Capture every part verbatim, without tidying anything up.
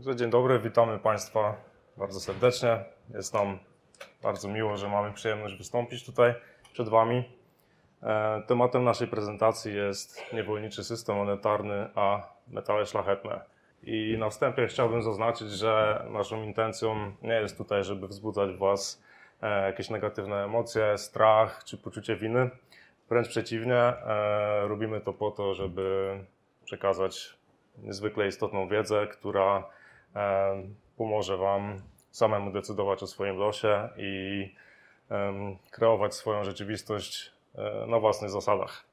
Także dzień dobry, witamy Państwa bardzo serdecznie. Jest nam bardzo miło, że mamy przyjemność wystąpić tutaj przed Wami. Tematem naszej prezentacji jest niewolniczy system monetarny, a metale szlachetne. I na wstępie chciałbym zaznaczyć, że naszą intencją nie jest tutaj, żeby wzbudzać w Was jakieś negatywne emocje, strach czy poczucie winy. Wręcz przeciwnie, robimy to po to, żeby przekazać niezwykle istotną wiedzę, która pomoże Wam samemu decydować o swoim losie i kreować swoją rzeczywistość na własnych zasadach.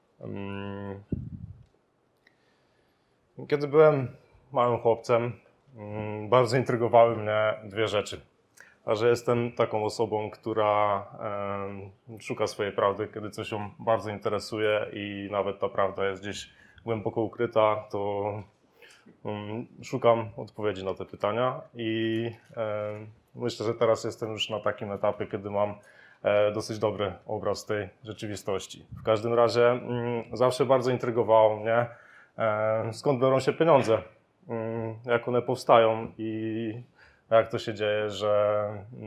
Kiedy byłem małym chłopcem, bardzo intrygowały mnie dwie rzeczy. A że jestem taką osobą, która szuka swojej prawdy, kiedy coś ją bardzo interesuje i nawet ta prawda jest gdzieś głęboko ukryta, to szukam odpowiedzi na te pytania i myślę, że teraz jestem już na takim etapie, kiedy mam dosyć dobry obraz tej rzeczywistości. W każdym razie zawsze bardzo intrygowało mnie, skąd biorą się pieniądze, jak one powstają i jak to się dzieje, że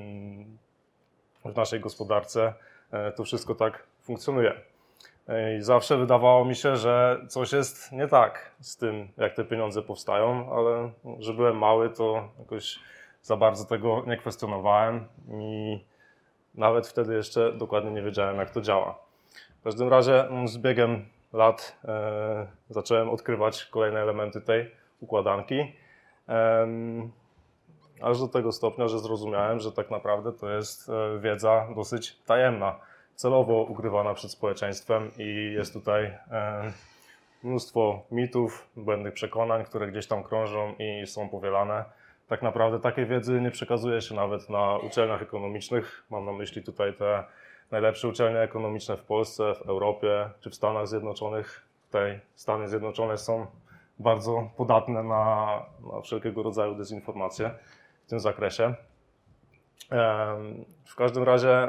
w naszej gospodarce to wszystko tak funkcjonuje. I zawsze wydawało mi się, że coś jest nie tak z tym, jak te pieniądze powstają, ale że byłem mały, to jakoś za bardzo tego nie kwestionowałem i nawet wtedy jeszcze dokładnie nie wiedziałem, jak to działa. W każdym razie z biegiem lat e, zacząłem odkrywać kolejne elementy tej układanki, e, aż do tego stopnia, że zrozumiałem, że tak naprawdę to jest wiedza dosyć tajemna, celowo ukrywana przed społeczeństwem i jest tutaj mnóstwo mitów, błędnych przekonań, które gdzieś tam krążą i są powielane. Tak naprawdę takiej wiedzy nie przekazuje się nawet na uczelniach ekonomicznych. Mam na myśli tutaj te najlepsze uczelnie ekonomiczne w Polsce, w Europie czy w Stanach Zjednoczonych. Tutaj Stany Zjednoczone są bardzo podatne na, na wszelkiego rodzaju dezinformacje w tym zakresie. W każdym razie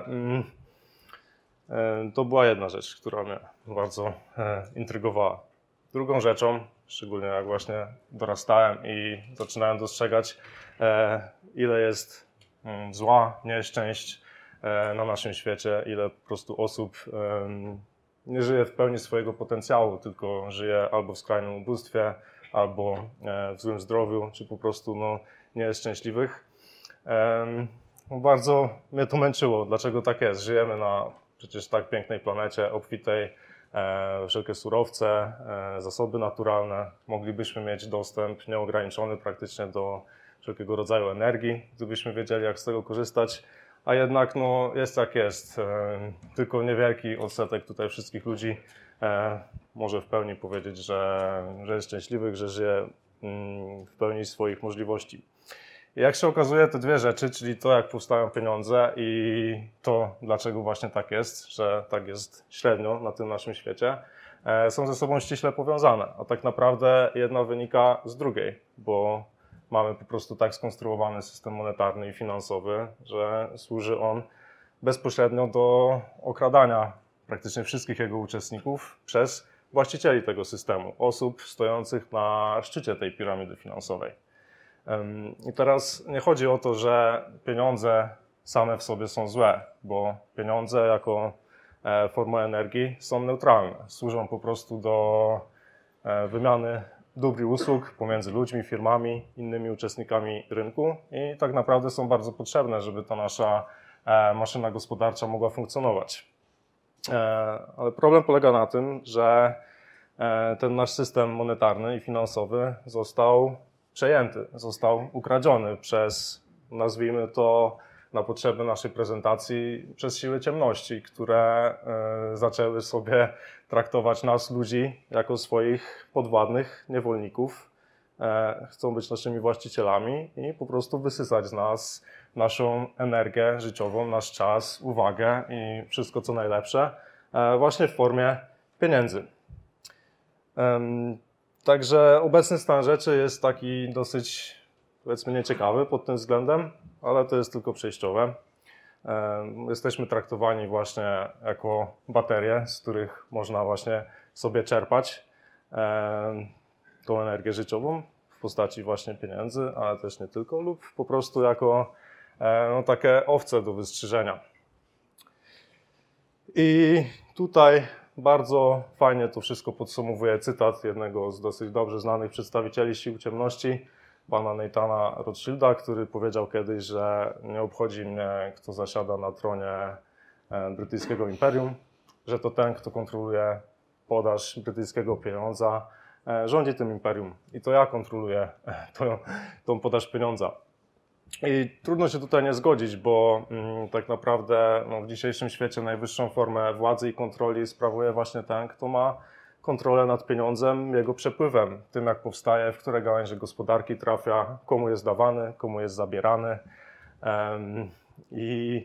to była jedna rzecz, która mnie bardzo intrygowała. Drugą rzeczą, szczególnie jak właśnie dorastałem i zaczynałem dostrzegać, ile jest zła, nieszczęść na naszym świecie, ile po prostu osób nie żyje w pełni swojego potencjału, tylko żyje albo w skrajnym ubóstwie, albo w złym zdrowiu, czy po prostu no, nie jest szczęśliwych. Bardzo mnie to męczyło. Dlaczego tak jest? Żyjemy na przecież tak pięknej planecie, obfitej e, wszelkie surowce, e, zasoby naturalne. Moglibyśmy mieć dostęp nieograniczony praktycznie do wszelkiego rodzaju energii, gdybyśmy wiedzieli, jak z tego korzystać. A jednak no, jest jak jest. E, tylko niewielki odsetek tutaj wszystkich ludzi e, może w pełni powiedzieć, że, że jest szczęśliwych, że żyje mm, w pełni swoich możliwości. I jak się okazuje, te dwie rzeczy, czyli to, jak powstają pieniądze i to, dlaczego właśnie tak jest, że tak jest średnio na tym naszym świecie, są ze sobą ściśle powiązane. A tak naprawdę jedna wynika z drugiej, bo mamy po prostu tak skonstruowany system monetarny i finansowy, że służy on bezpośrednio do okradania praktycznie wszystkich jego uczestników przez właścicieli tego systemu, osób stojących na szczycie tej piramidy finansowej. I teraz nie chodzi o to, że pieniądze same w sobie są złe, bo pieniądze jako forma energii są neutralne. Służą po prostu do wymiany dóbr i usług pomiędzy ludźmi, firmami, innymi uczestnikami rynku i tak naprawdę są bardzo potrzebne, żeby ta nasza maszyna gospodarcza mogła funkcjonować. Ale problem polega na tym, że ten nasz system monetarny i finansowy został przejęty, został ukradziony przez, nazwijmy to na potrzeby naszej prezentacji, przez siły ciemności, które y, zaczęły sobie traktować nas, ludzi, jako swoich podwładnych niewolników. E, chcą być naszymi właścicielami i po prostu wysysać z nas naszą energię życiową, nasz czas, uwagę i wszystko co najlepsze e, właśnie w formie pieniędzy. Um, Także obecny stan rzeczy jest taki dosyć, powiedzmy, nieciekawy pod tym względem, ale to jest tylko przejściowe. Jesteśmy traktowani właśnie jako baterie, z których można właśnie sobie czerpać tą energię życiową postaci właśnie pieniędzy, ale też nie tylko, lub po prostu jako no, takie owce do wystrzyżenia. I tutaj bardzo fajnie to wszystko podsumowuje cytat jednego z dosyć dobrze znanych przedstawicieli sił ciemności, pana Nathana Rothschilda, który powiedział kiedyś, że nie obchodzi mnie, kto zasiada na tronie brytyjskiego imperium, że to ten, kto kontroluje podaż brytyjskiego pieniądza, rządzi tym imperium i to ja kontroluję tą, tą podaż pieniądza. I trudno się tutaj nie zgodzić, bo mm, tak naprawdę no, w dzisiejszym świecie najwyższą formę władzy i kontroli sprawuje właśnie ten, kto ma kontrolę nad pieniądzem, jego przepływem, tym jak powstaje, w które gałęzie gospodarki trafia, komu jest dawany, komu jest zabierany. Um, I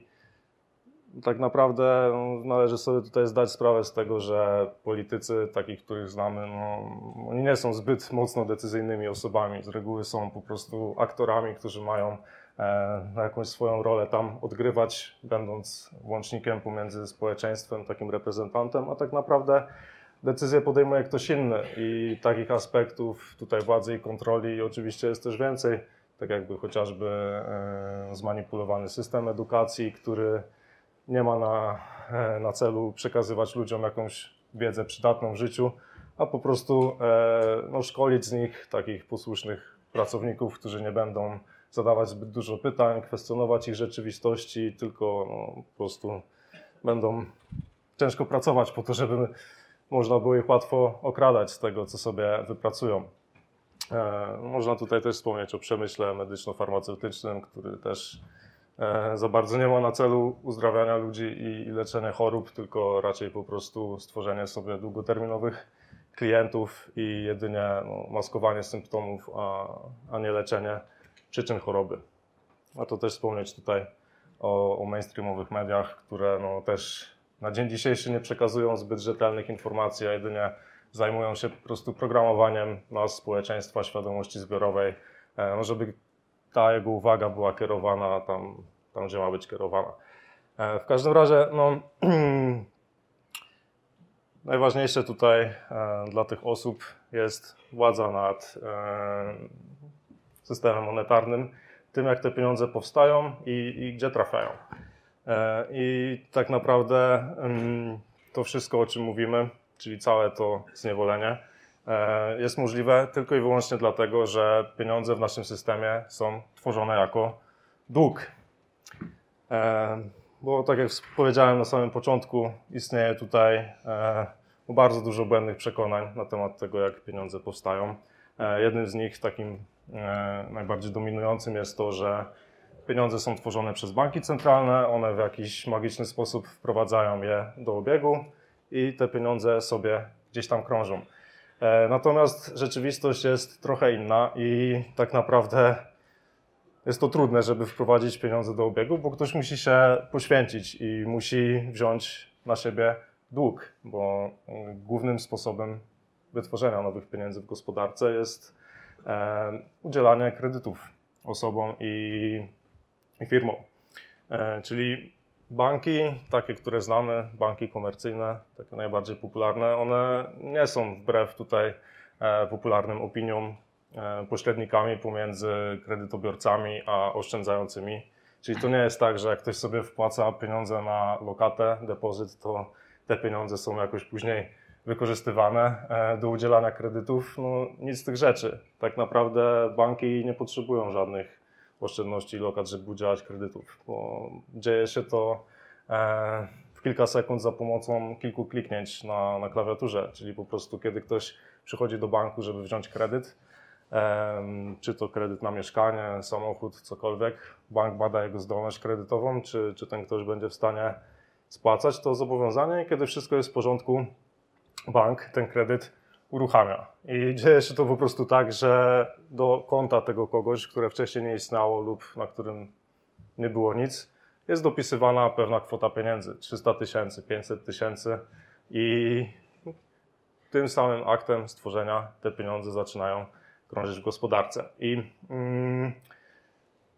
tak naprawdę no, należy sobie tutaj zdać sprawę z tego, że politycy, takich, których znamy, no, oni nie są zbyt mocno decyzyjnymi osobami. Z reguły są po prostu aktorami, którzy mają e, jakąś swoją rolę tam odgrywać, będąc łącznikiem pomiędzy społeczeństwem, takim reprezentantem, a tak naprawdę decyzję podejmuje ktoś inny i takich aspektów tutaj władzy i kontroli oczywiście jest też więcej, tak jakby chociażby e, zmanipulowany system edukacji, który nie ma na, na celu przekazywać ludziom jakąś wiedzę przydatną w życiu, a po prostu e, no, szkolić z nich takich posłusznych pracowników, którzy nie będą zadawać zbyt dużo pytań, kwestionować ich rzeczywistości, tylko no, po prostu będą ciężko pracować po to, żeby można było ich łatwo okradać z tego, co sobie wypracują. E, można tutaj też wspomnieć o przemyśle medyczno-farmaceutycznym, który też za bardzo nie ma na celu uzdrawiania ludzi i leczenia chorób, tylko raczej po prostu stworzenie sobie długoterminowych klientów i jedynie no, maskowanie symptomów, a, a nie leczenie przyczyn choroby. Warto też wspomnieć tutaj o, o mainstreamowych mediach, które no, też na dzień dzisiejszy nie przekazują zbyt rzetelnych informacji, a jedynie zajmują się po prostu programowaniem nas, społeczeństwa, świadomości zbiorowej, no, żeby ta jego uwaga była kierowana tam, tam gdzie ma być kierowana. W każdym razie no, najważniejsze tutaj e, dla tych osób jest władza nad e, systemem monetarnym, tym jak te pieniądze powstają i, i gdzie trafiają. E, I tak naprawdę mm, to wszystko, o czym mówimy, czyli całe to zniewolenie, jest możliwe tylko i wyłącznie dlatego, że pieniądze w naszym systemie są tworzone jako dług. Bo tak jak powiedziałem na samym początku, istnieje tutaj bardzo dużo błędnych przekonań na temat tego, jak pieniądze powstają. Jednym z nich, takim najbardziej dominującym, jest to, że pieniądze są tworzone przez banki centralne, one w jakiś magiczny sposób wprowadzają je do obiegu i te pieniądze sobie gdzieś tam krążą. Natomiast rzeczywistość jest trochę inna i tak naprawdę jest to trudne, żeby wprowadzić pieniądze do obiegu, bo ktoś musi się poświęcić i musi wziąć na siebie dług, bo głównym sposobem wytworzenia nowych pieniędzy w gospodarce jest udzielanie kredytów osobom i firmom. Czyli banki, takie, które znamy, banki komercyjne, takie najbardziej popularne, one nie są wbrew tutaj e, popularnym opiniom e, pośrednikami pomiędzy kredytobiorcami a oszczędzającymi. Czyli to nie jest tak, że jak ktoś sobie wpłaca pieniądze na lokatę, depozyt, to te pieniądze są jakoś później wykorzystywane e, do udzielania kredytów. No, nic z tych rzeczy. Tak naprawdę banki nie potrzebują żadnych oszczędności i lokat, żeby udzielać kredytów, bo dzieje się to w kilka sekund za pomocą kilku kliknięć na, na klawiaturze, czyli po prostu kiedy ktoś przychodzi do banku, żeby wziąć kredyt, czy to kredyt na mieszkanie, samochód, cokolwiek, bank bada jego zdolność kredytową, czy, czy ten ktoś będzie w stanie spłacać to zobowiązanie i kiedy wszystko jest w porządku, bank ten kredyt uruchamia. I dzieje się to po prostu tak, że do konta tego kogoś, które wcześniej nie istniało lub na którym nie było nic, jest dopisywana pewna kwota pieniędzy, trzysta tysięcy, pięćset tysięcy i tym samym aktem stworzenia te pieniądze zaczynają krążyć w gospodarce. I mm,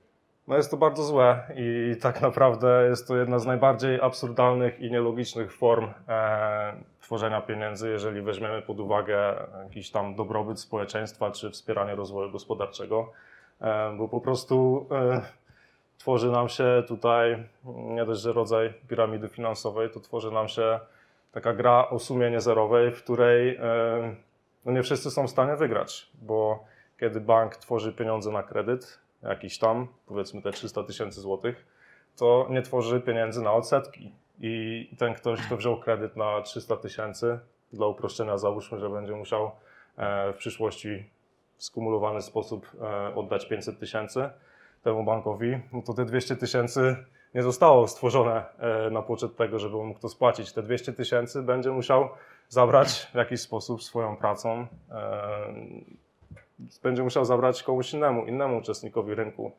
No jest to bardzo złe i tak naprawdę jest to jedna z najbardziej absurdalnych i nielogicznych form e, tworzenia pieniędzy, jeżeli weźmiemy pod uwagę jakiś tam dobrobyt społeczeństwa czy wspieranie rozwoju gospodarczego, e, bo po prostu e, tworzy nam się tutaj nie dość, że rodzaj piramidy finansowej, to tworzy nam się taka gra o sumie niezerowej, w której e, no nie wszyscy są w stanie wygrać, bo kiedy bank tworzy pieniądze na kredyt, jakiś tam, powiedzmy te trzysta tysięcy złotych, to nie tworzy pieniędzy na odsetki. I ten ktoś, kto wziął kredyt na trzysta tysięcy, dla uproszczenia załóżmy, że będzie musiał w przyszłości w skumulowany sposób oddać pięćset tysięcy temu bankowi, no to te dwieście tysięcy nie zostało stworzone na poczet tego, żeby on mógł to spłacić. Te dwieście tysięcy będzie musiał zabrać w jakiś sposób swoją pracą, będzie musiał zabrać komuś innemu, innemu uczestnikowi rynku.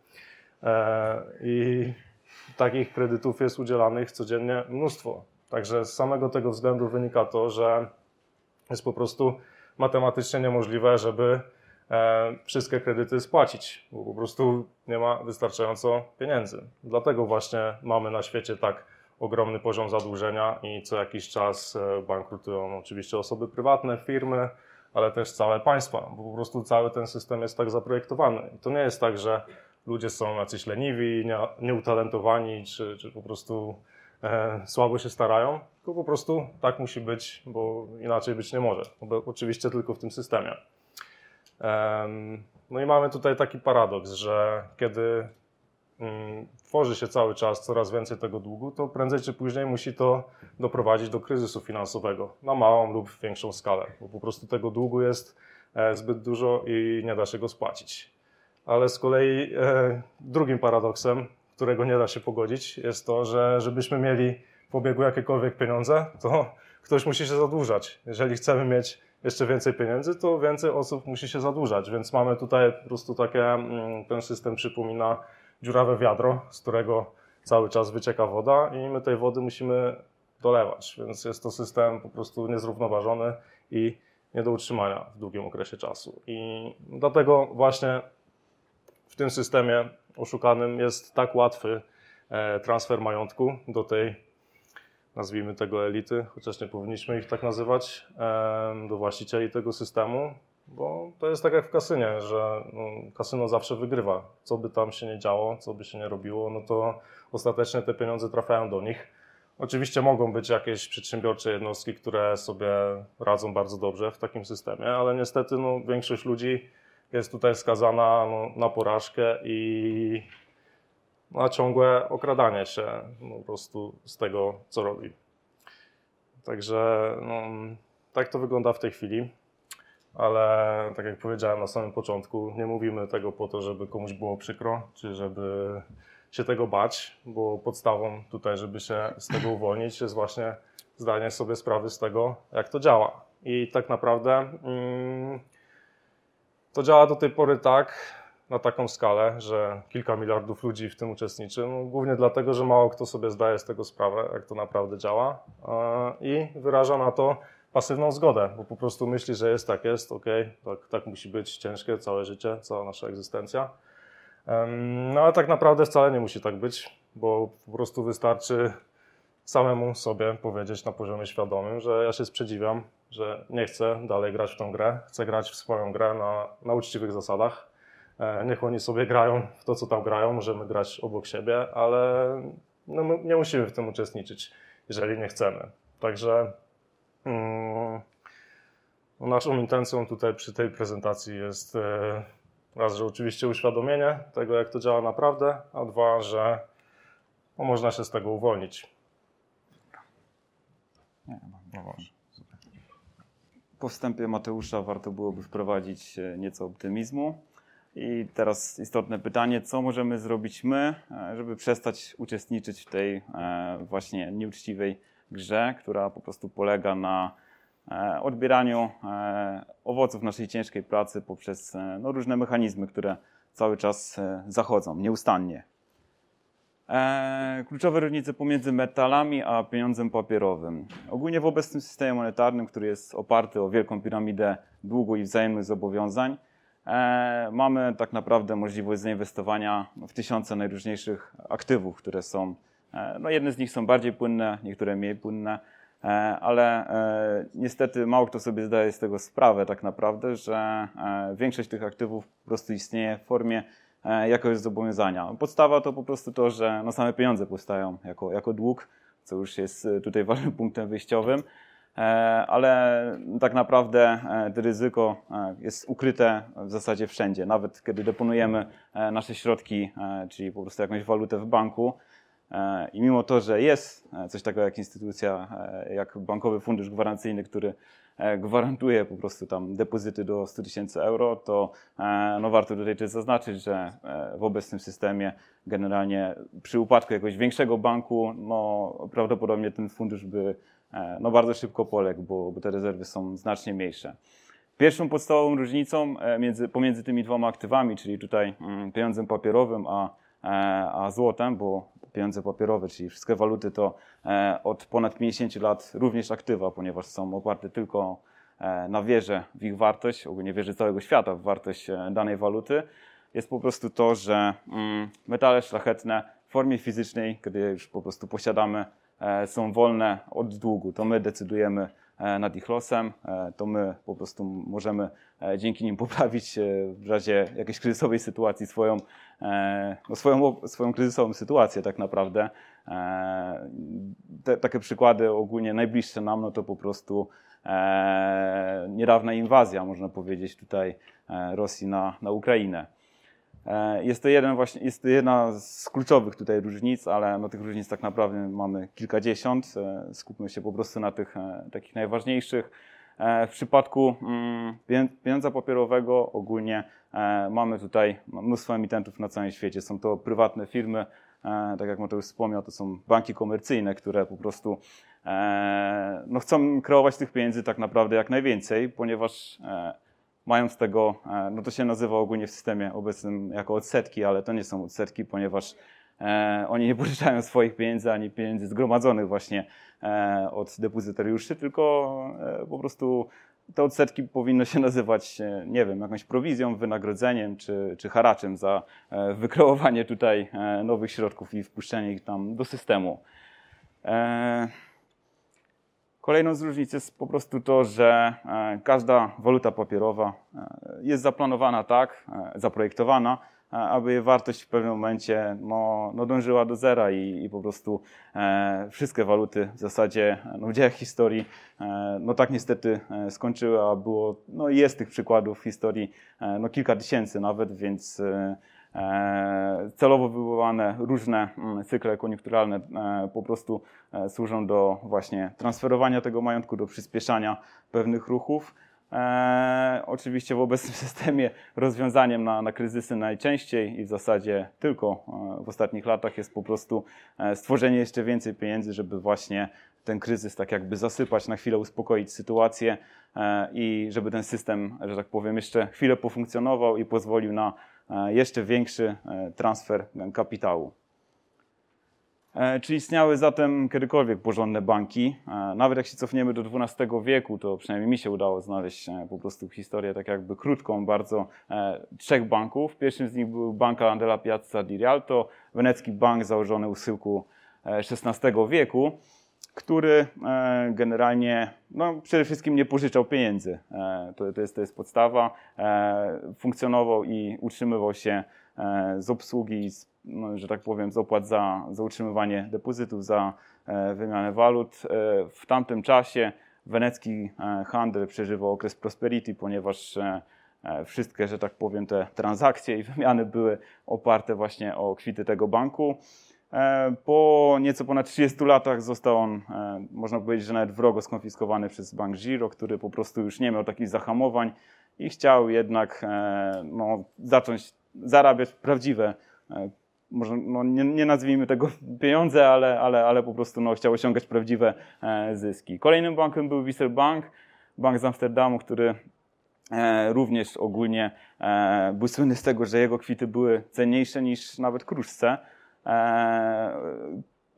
I takich kredytów jest udzielanych codziennie mnóstwo. Także z samego tego względu wynika to, że jest po prostu matematycznie niemożliwe, żeby wszystkie kredyty spłacić, bo po prostu nie ma wystarczająco pieniędzy. Dlatego właśnie mamy na świecie tak ogromny poziom zadłużenia i co jakiś czas bankrutują oczywiście osoby prywatne, firmy, ale też całe państwa, bo po prostu cały ten system jest tak zaprojektowany. I to nie jest tak, że ludzie są jacyś leniwi, nie, nieutalentowani, czy, czy po prostu e, słabo się starają, tylko po prostu tak musi być, bo inaczej być nie może. Bo oczywiście tylko w tym systemie. E, no i mamy tutaj taki paradoks, że kiedy mm, tworzy się cały czas coraz więcej tego długu, to prędzej czy później musi to doprowadzić do kryzysu finansowego na małą lub większą skalę, bo po prostu tego długu jest e, zbyt dużo i nie da się go spłacić. Ale z kolei e, drugim paradoksem, którego nie da się pogodzić, jest to, że żebyśmy mieli w obiegu jakiekolwiek pieniądze, to ktoś musi się zadłużać. Jeżeli chcemy mieć jeszcze więcej pieniędzy, to więcej osób musi się zadłużać, więc mamy tutaj po prostu takie, ten system przypomina dziurawe wiadro, z którego cały czas wycieka woda i my tej wody musimy dolewać, więc jest to system po prostu niezrównoważony i nie do utrzymania w długim okresie czasu. I dlatego właśnie w tym systemie oszukanym jest tak łatwy transfer majątku do tej, nazwijmy tego elity, chociaż nie powinniśmy ich tak nazywać, do właścicieli tego systemu, bo to jest tak jak w kasynie, że no, kasyno zawsze wygrywa. Co by tam się nie działo, co by się nie robiło, no to ostatecznie te pieniądze trafiają do nich. Oczywiście mogą być jakieś przedsiębiorcze jednostki, które sobie radzą bardzo dobrze w takim systemie, ale niestety no, większość ludzi jest tutaj skazana no, na porażkę i na ciągłe okradanie się no, po prostu z tego, co robi. Także no, tak to wygląda w tej chwili, ale tak jak powiedziałem na samym początku, nie mówimy tego po to, żeby komuś było przykro, czy żeby się tego bać, bo podstawą tutaj, żeby się z tego uwolnić, jest właśnie zdanie sobie sprawy z tego, jak to działa. I tak naprawdę mm, to działa do tej pory tak, na taką skalę, że kilka miliardów ludzi w tym uczestniczy, no, głównie dlatego, że mało kto sobie zdaje z tego sprawę, jak to naprawdę działa i wyraża na to pasywną zgodę, bo po prostu myśli, że jest tak, jest, okej, okay, tak, tak musi być, ciężkie całe życie, cała nasza egzystencja. No ale tak naprawdę wcale nie musi tak być, bo po prostu wystarczy samemu sobie powiedzieć na poziomie świadomym, że ja się sprzeciwiam, że nie chcę dalej grać w tą grę, chcę grać w swoją grę na, na uczciwych zasadach. Niech oni sobie grają w to, co tam grają, możemy grać obok siebie, ale no, my nie musimy w tym uczestniczyć, jeżeli nie chcemy. Także mm, naszą intencją tutaj przy tej prezentacji jest e, raz, że oczywiście uświadomienie tego, jak to działa naprawdę, a dwa, że no, można się z tego uwolnić. Nie, no, no po wstępie Mateusza warto byłoby wprowadzić nieco optymizmu. I teraz istotne pytanie, co możemy zrobić my, żeby przestać uczestniczyć w tej właśnie nieuczciwej grze, która po prostu polega na odbieraniu owoców naszej ciężkiej pracy poprzez no, różne mechanizmy, które cały czas zachodzą, nieustannie. Kluczowe różnice pomiędzy metalami a pieniądzem papierowym. Ogólnie w obecnym systemie monetarnym, który jest oparty o wielką piramidę długu i wzajemnych zobowiązań, mamy tak naprawdę możliwość zainwestowania w tysiące najróżniejszych aktywów, które są, no jedne z nich są bardziej płynne, niektóre mniej płynne, ale niestety mało kto sobie zdaje z tego sprawę tak naprawdę, że większość tych aktywów po prostu istnieje w formie jakiegoś zobowiązania. Podstawa to po prostu to, że no same pieniądze powstają jako, jako dług, co już jest tutaj ważnym punktem wyjściowym, ale tak naprawdę to ryzyko jest ukryte w zasadzie wszędzie. Nawet kiedy deponujemy nasze środki, czyli po prostu jakąś walutę w banku, i mimo to, że jest coś takiego jak instytucja, jak Bankowy Fundusz Gwarancyjny, który gwarantuje po prostu tam depozyty do stu tysięcy euro, to no warto tutaj też zaznaczyć, że w obecnym systemie generalnie przy upadku jakiegoś większego banku, no prawdopodobnie ten fundusz by no bardzo szybko poległ, bo, bo te rezerwy są znacznie mniejsze. Pierwszą podstawową różnicą między, pomiędzy tymi dwoma aktywami, czyli tutaj pieniądzem papierowym a, a złotem, bo pieniądze papierowe, czyli wszystkie waluty to od ponad pięćdziesięciu lat również aktywa, ponieważ są oparte tylko na wierze w ich wartość, ogólnie wierze całego świata w wartość danej waluty, jest po prostu to, że metale szlachetne w formie fizycznej, kiedy już po prostu posiadamy, są wolne od długu. To my decydujemy nad ich losem, to my po prostu możemy dzięki nim poprawić w razie jakiejś kryzysowej sytuacji swoją, no swoją, swoją kryzysową sytuację tak naprawdę. Te, takie przykłady ogólnie najbliższe nam, no to po prostu niedawna inwazja, można powiedzieć, tutaj Rosji na, na Ukrainę. Jest to, jeden właśnie, jest to jedna z kluczowych tutaj różnic, ale no tych różnic tak naprawdę mamy kilkadziesiąt. Skupmy się po prostu na tych takich najważniejszych. W przypadku pieniądza papierowego ogólnie mamy tutaj mnóstwo emitentów na całym świecie. Są to prywatne firmy, tak jak Mateusz wspomniał, to są banki komercyjne, które po prostu no, chcą kreować tych pieniędzy tak naprawdę jak najwięcej, ponieważ mają z tego, no to się nazywa ogólnie w systemie obecnym jako odsetki, ale to nie są odsetki, ponieważ e, oni nie pożyczają swoich pieniędzy ani pieniędzy zgromadzonych właśnie e, od depozytariuszy, tylko e, po prostu te odsetki powinno się nazywać, e, nie wiem, jakąś prowizją, wynagrodzeniem czy, czy haraczem za e, wykreowanie tutaj e, nowych środków i wpuszczenie ich tam do systemu. E, Kolejną z różnic jest po prostu to, że każda waluta papierowa jest zaplanowana tak, zaprojektowana, aby jej wartość w pewnym momencie no, no dążyła do zera i, i po prostu e, wszystkie waluty w zasadzie no, w dziejach historii e, no tak niestety skończyły, a było, no jest tych przykładów w historii e, no, kilka tysięcy nawet, więc e, celowo wywołane różne cykle koniunkturalne po prostu służą do właśnie transferowania tego majątku, do przyspieszania pewnych ruchów. E, oczywiście w obecnym systemie rozwiązaniem na, na kryzysy najczęściej i w zasadzie tylko w ostatnich latach jest po prostu stworzenie jeszcze więcej pieniędzy, żeby właśnie ten kryzys tak jakby zasypać, na chwilę uspokoić sytuację e, i żeby ten system, że tak powiem, jeszcze chwilę pofunkcjonował i pozwolił na jeszcze większy transfer kapitału. Czy istniały zatem kiedykolwiek porządne banki? Nawet jak się cofniemy do dwunastego wieku, to przynajmniej mi się udało znaleźć po prostu historię tak jakby krótką bardzo trzech banków. Pierwszym z nich był Banca della Piazza di Rialto, wenecki bank założony u schyłku szesnastego wieku, który generalnie no, przede wszystkim nie pożyczał pieniędzy. To, to, jest, to jest podstawa. Funkcjonował i utrzymywał się z obsługi, z, no, że tak powiem, z opłat za, za utrzymywanie depozytów, za wymianę walut. W tamtym czasie wenecki handel przeżywał okres prosperity, ponieważ wszystkie, że tak powiem, te transakcje i wymiany były oparte właśnie o kwity tego banku. Po nieco ponad trzydziestu latach został on, można powiedzieć, że nawet wrogo skonfiskowany przez Bank Giro, który po prostu już nie miał takich zahamowań i chciał jednak no, zacząć zarabiać prawdziwe, może no, nie, nie nazwijmy tego pieniądze, ale, ale, ale po prostu no, chciał osiągać prawdziwe zyski. Kolejnym bankiem był Wissel Bank, bank z Amsterdamu, który również ogólnie był słynny z tego, że jego kwity były cenniejsze niż nawet kruszce.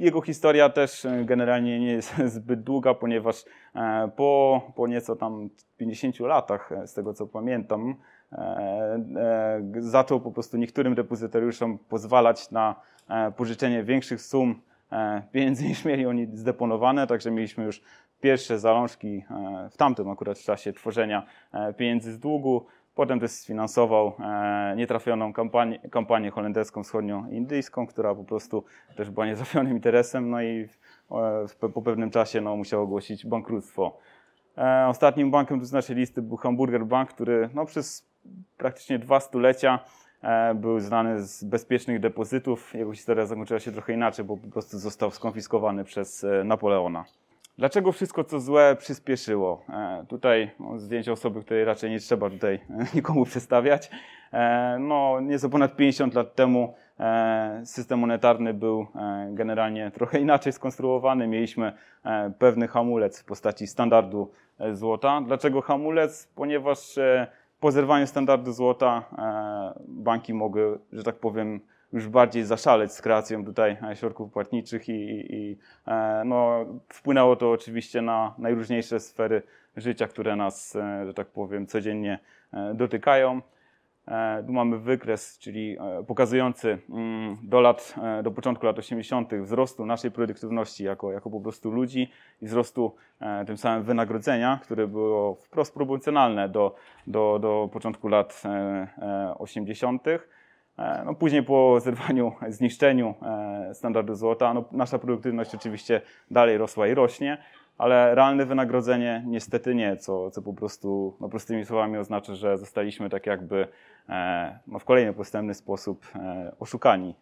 jego historia też generalnie nie jest zbyt długa, ponieważ po, po nieco tam pięćdziesięciu latach, z tego co pamiętam, zaczął po prostu niektórym depozytariuszom pozwalać na pożyczenie większych sum pieniędzy niż mieli oni zdeponowane, także mieliśmy już pierwsze zalążki w tamtym akurat czasie tworzenia pieniędzy z długu. Potem też sfinansował nietrafioną kampanię, kampanię holenderską wschodnioindyjską, która po prostu też była nietrafionym interesem, no i po pewnym czasie no, musiał ogłosić bankructwo. Ostatnim bankiem z naszej listy był Hamburger Bank, który no, przez praktycznie dwa stulecia był znany z bezpiecznych depozytów. Jego historia zakończyła się trochę inaczej, bo po prostu został skonfiskowany przez Napoleona. Dlaczego wszystko co złe przyspieszyło? E, tutaj no, zdjęcie osoby, której raczej nie trzeba tutaj nikomu przedstawiać. E, no, nieco ponad pięćdziesiąt lat temu e, system monetarny był e, generalnie trochę inaczej skonstruowany. Mieliśmy e, pewny hamulec w postaci standardu e, złota. Dlaczego hamulec? Ponieważ e, po zerwaniu standardu złota e, banki mogły, że tak powiem, już bardziej zaszaleć z kreacją tutaj środków płatniczych i, i, i no, wpłynęło to oczywiście na najróżniejsze sfery życia, które nas, że tak powiem, codziennie dotykają. Tu mamy wykres, czyli pokazujący do lat, do początku lat osiemdziesiątych wzrostu naszej produktywności jako, jako po prostu ludzi i wzrostu tym samym wynagrodzenia, które było wprost proporcjonalne do, do, do początku lat osiemdziesiątych. No, później po zerwaniu, zniszczeniu standardu złota, no, nasza produktywność oczywiście dalej rosła i rośnie, ale realne wynagrodzenie niestety nie, co, co po prostu no, prostymi słowami oznacza, że zostaliśmy tak jakby no, w kolejny postępny sposób oszukani.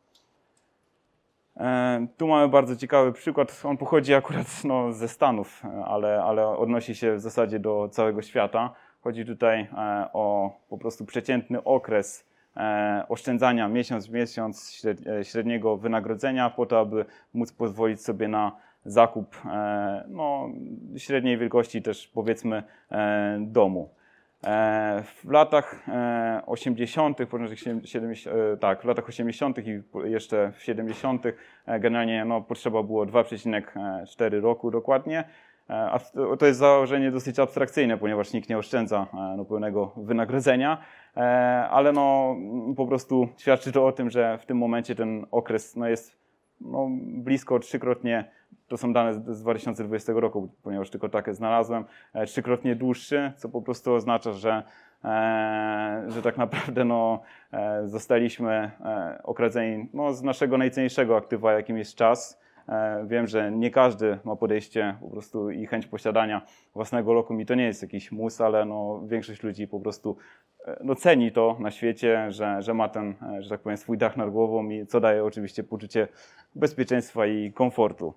Tu mamy bardzo ciekawy przykład, on pochodzi akurat no, ze Stanów, ale, ale odnosi się w zasadzie do całego świata. Chodzi tutaj o po prostu przeciętny okres oszczędzania miesiąc w miesiąc średniego wynagrodzenia po to, aby móc pozwolić sobie na zakup no, średniej wielkości też powiedzmy domu. W latach osiemdziesiątych, tak, w latach osiemdziesiątych i jeszcze w siedemdziesiątych generalnie no, potrzeba było dwa przecinek cztery roku dokładnie. A to jest założenie dosyć abstrakcyjne, ponieważ nikt nie oszczędza no, pełnego wynagrodzenia, ale no, po prostu świadczy to o tym, że w tym momencie ten okres no, jest no, blisko trzykrotnie, to są dane z dwa tysiące dwudziestego roku, ponieważ tylko takie znalazłem, trzykrotnie dłuższy, co po prostu oznacza, że, że tak naprawdę no, zostaliśmy okradzeni no, z naszego najcenniejszego aktywa, jakim jest czas. Wiem, że nie każdy ma podejście po prostu i chęć posiadania własnego lokum i to nie jest jakiś mus, ale no, większość ludzi po prostu no, ceni to na świecie, że, że ma ten, że tak powiem, swój dach nad głową i co daje oczywiście poczucie bezpieczeństwa i komfortu.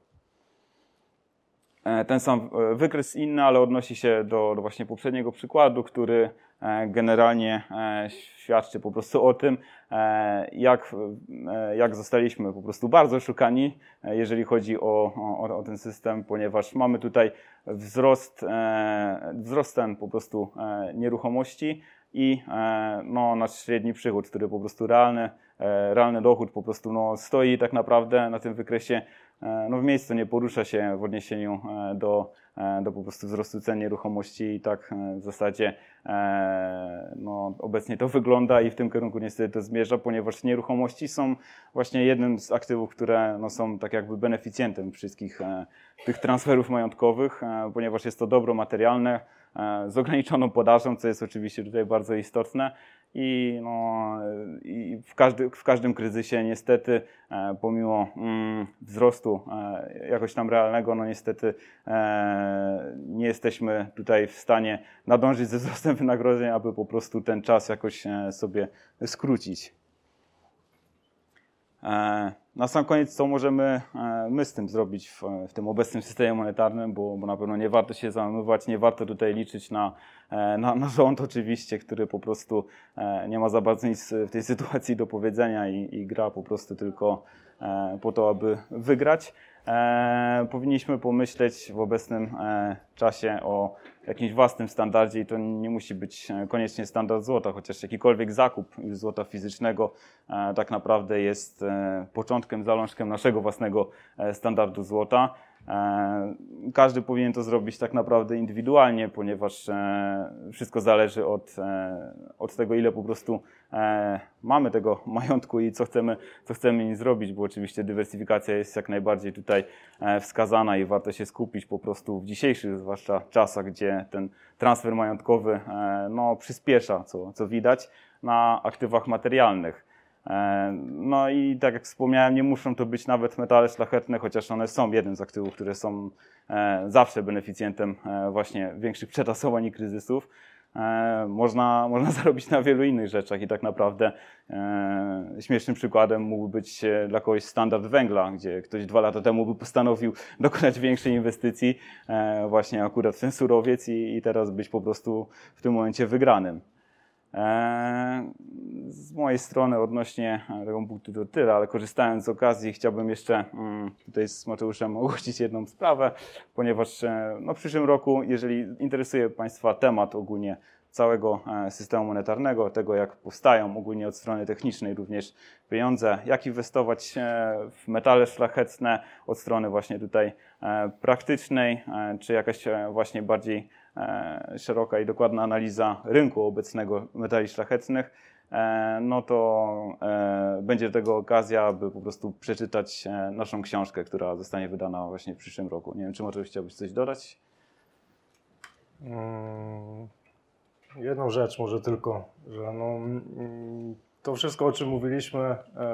Ten sam wykres inny, ale odnosi się do, do właśnie poprzedniego przykładu, który generalnie świadczy po prostu o tym, jak, jak zostaliśmy po prostu bardzo oszukani, jeżeli chodzi o, o, o ten system, ponieważ mamy tutaj wzrost, wzrost ten po prostu nieruchomości i no, nasz średni przychód, który po prostu realny, realny dochód po prostu no, stoi tak naprawdę na tym wykresie no, w miejscu, nie porusza się w odniesieniu do, do po prostu wzrostu cen nieruchomości i tak w zasadzie no, obecnie to wygląda i w tym kierunku niestety to zmierza, ponieważ nieruchomości są właśnie jednym z aktywów, które no, są tak jakby beneficjentem wszystkich tych transferów majątkowych, ponieważ jest to dobro materialne z ograniczoną podażą, co jest oczywiście tutaj bardzo istotne. I, no, i w, każdy, w każdym kryzysie niestety e, pomimo mm, wzrostu e, jakoś tam realnego, no niestety e, nie jesteśmy tutaj w stanie nadążyć ze wzrostem wynagrodzeń, aby po prostu ten czas jakoś e, sobie skrócić. E, na sam koniec, co możemy e, my z tym zrobić w, w tym obecnym systemie monetarnym, bo, bo na pewno nie warto się załamywać, nie warto tutaj liczyć na, e, na, na rząd oczywiście, który po prostu e, nie ma za bardzo nic w tej sytuacji do powiedzenia i, i gra po prostu tylko e, po to, aby wygrać. e, powinniśmy pomyśleć w obecnym e, czasie o jakimś własnym standardzie i to nie musi być koniecznie standard złota, chociaż jakikolwiek zakup złota fizycznego e, tak naprawdę jest e, początkiem, zalążkiem naszego własnego e, standardu złota. Każdy powinien to zrobić tak naprawdę indywidualnie, ponieważ wszystko zależy od, od tego, ile po prostu mamy tego majątku i co chcemy, co chcemy nim zrobić, bo oczywiście dywersyfikacja jest jak najbardziej tutaj wskazana i warto się skupić po prostu w dzisiejszych zwłaszcza czasach, gdzie ten transfer majątkowy no, przyspiesza, co, co widać, na aktywach materialnych. No i tak jak wspomniałem, nie muszą to być nawet metale szlachetne, chociaż one są jednym z aktywów, które są zawsze beneficjentem właśnie większych przetasowań i kryzysów. Można, można zarobić na wielu innych rzeczach i tak naprawdę śmiesznym przykładem mógł być dla kogoś standard węgla, gdzie ktoś dwa lata temu by postanowił dokonać większej inwestycji właśnie akurat w ten surowiec i, i teraz być po prostu w tym momencie wygranym. Z mojej strony odnośnie tego punktu to tyle, ale korzystając z okazji chciałbym jeszcze tutaj z Mateuszem ogłosić jedną sprawę, ponieważ no, w przyszłym roku, jeżeli interesuje Państwa temat ogólnie całego systemu monetarnego, tego jak powstają ogólnie od strony technicznej również pieniądze, jak inwestować w metale szlachetne od strony właśnie tutaj praktycznej, czy jakaś właśnie bardziej szeroka i dokładna analiza rynku obecnego metali szlachetnych, no to będzie do tego okazja, aby po prostu przeczytać naszą książkę, która zostanie wydana właśnie w przyszłym roku. Nie wiem, czy może chciałbyś coś dodać? Hmm, jedną rzecz może tylko, że no, to wszystko, o czym mówiliśmy,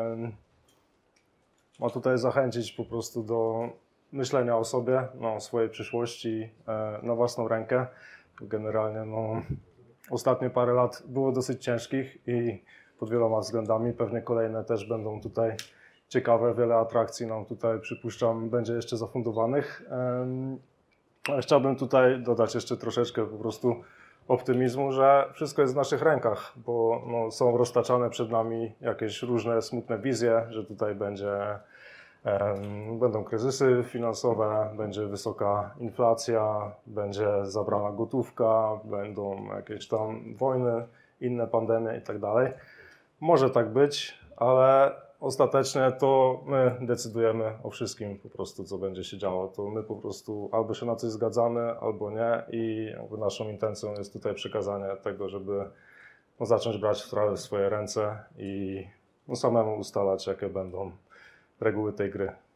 ma tutaj zachęcić po prostu do myślenia o sobie, no, o swojej przyszłości na własną rękę. Generalnie no, ostatnie parę lat było dosyć ciężkich i pod wieloma względami. Pewnie kolejne też będą tutaj ciekawe. Wiele atrakcji nam tutaj, przypuszczam, będzie jeszcze zafundowanych. Ale chciałbym tutaj dodać jeszcze troszeczkę po prostu optymizmu, że wszystko jest w naszych rękach, bo no, są roztaczane przed nami jakieś różne smutne wizje, że tutaj będzie Będą kryzysy finansowe, będzie wysoka inflacja, będzie zabrana gotówka, będą jakieś tam wojny, inne pandemie i tak dalej. Może tak być, ale ostatecznie to my decydujemy o wszystkim po prostu, co będzie się działo. To my po prostu albo się na coś zgadzamy, albo nie i jakby naszą intencją jest tutaj przekazanie tego, żeby no, zacząć brać sprawy w swoje ręce i no, samemu ustalać, jakie będą reguły tej gry.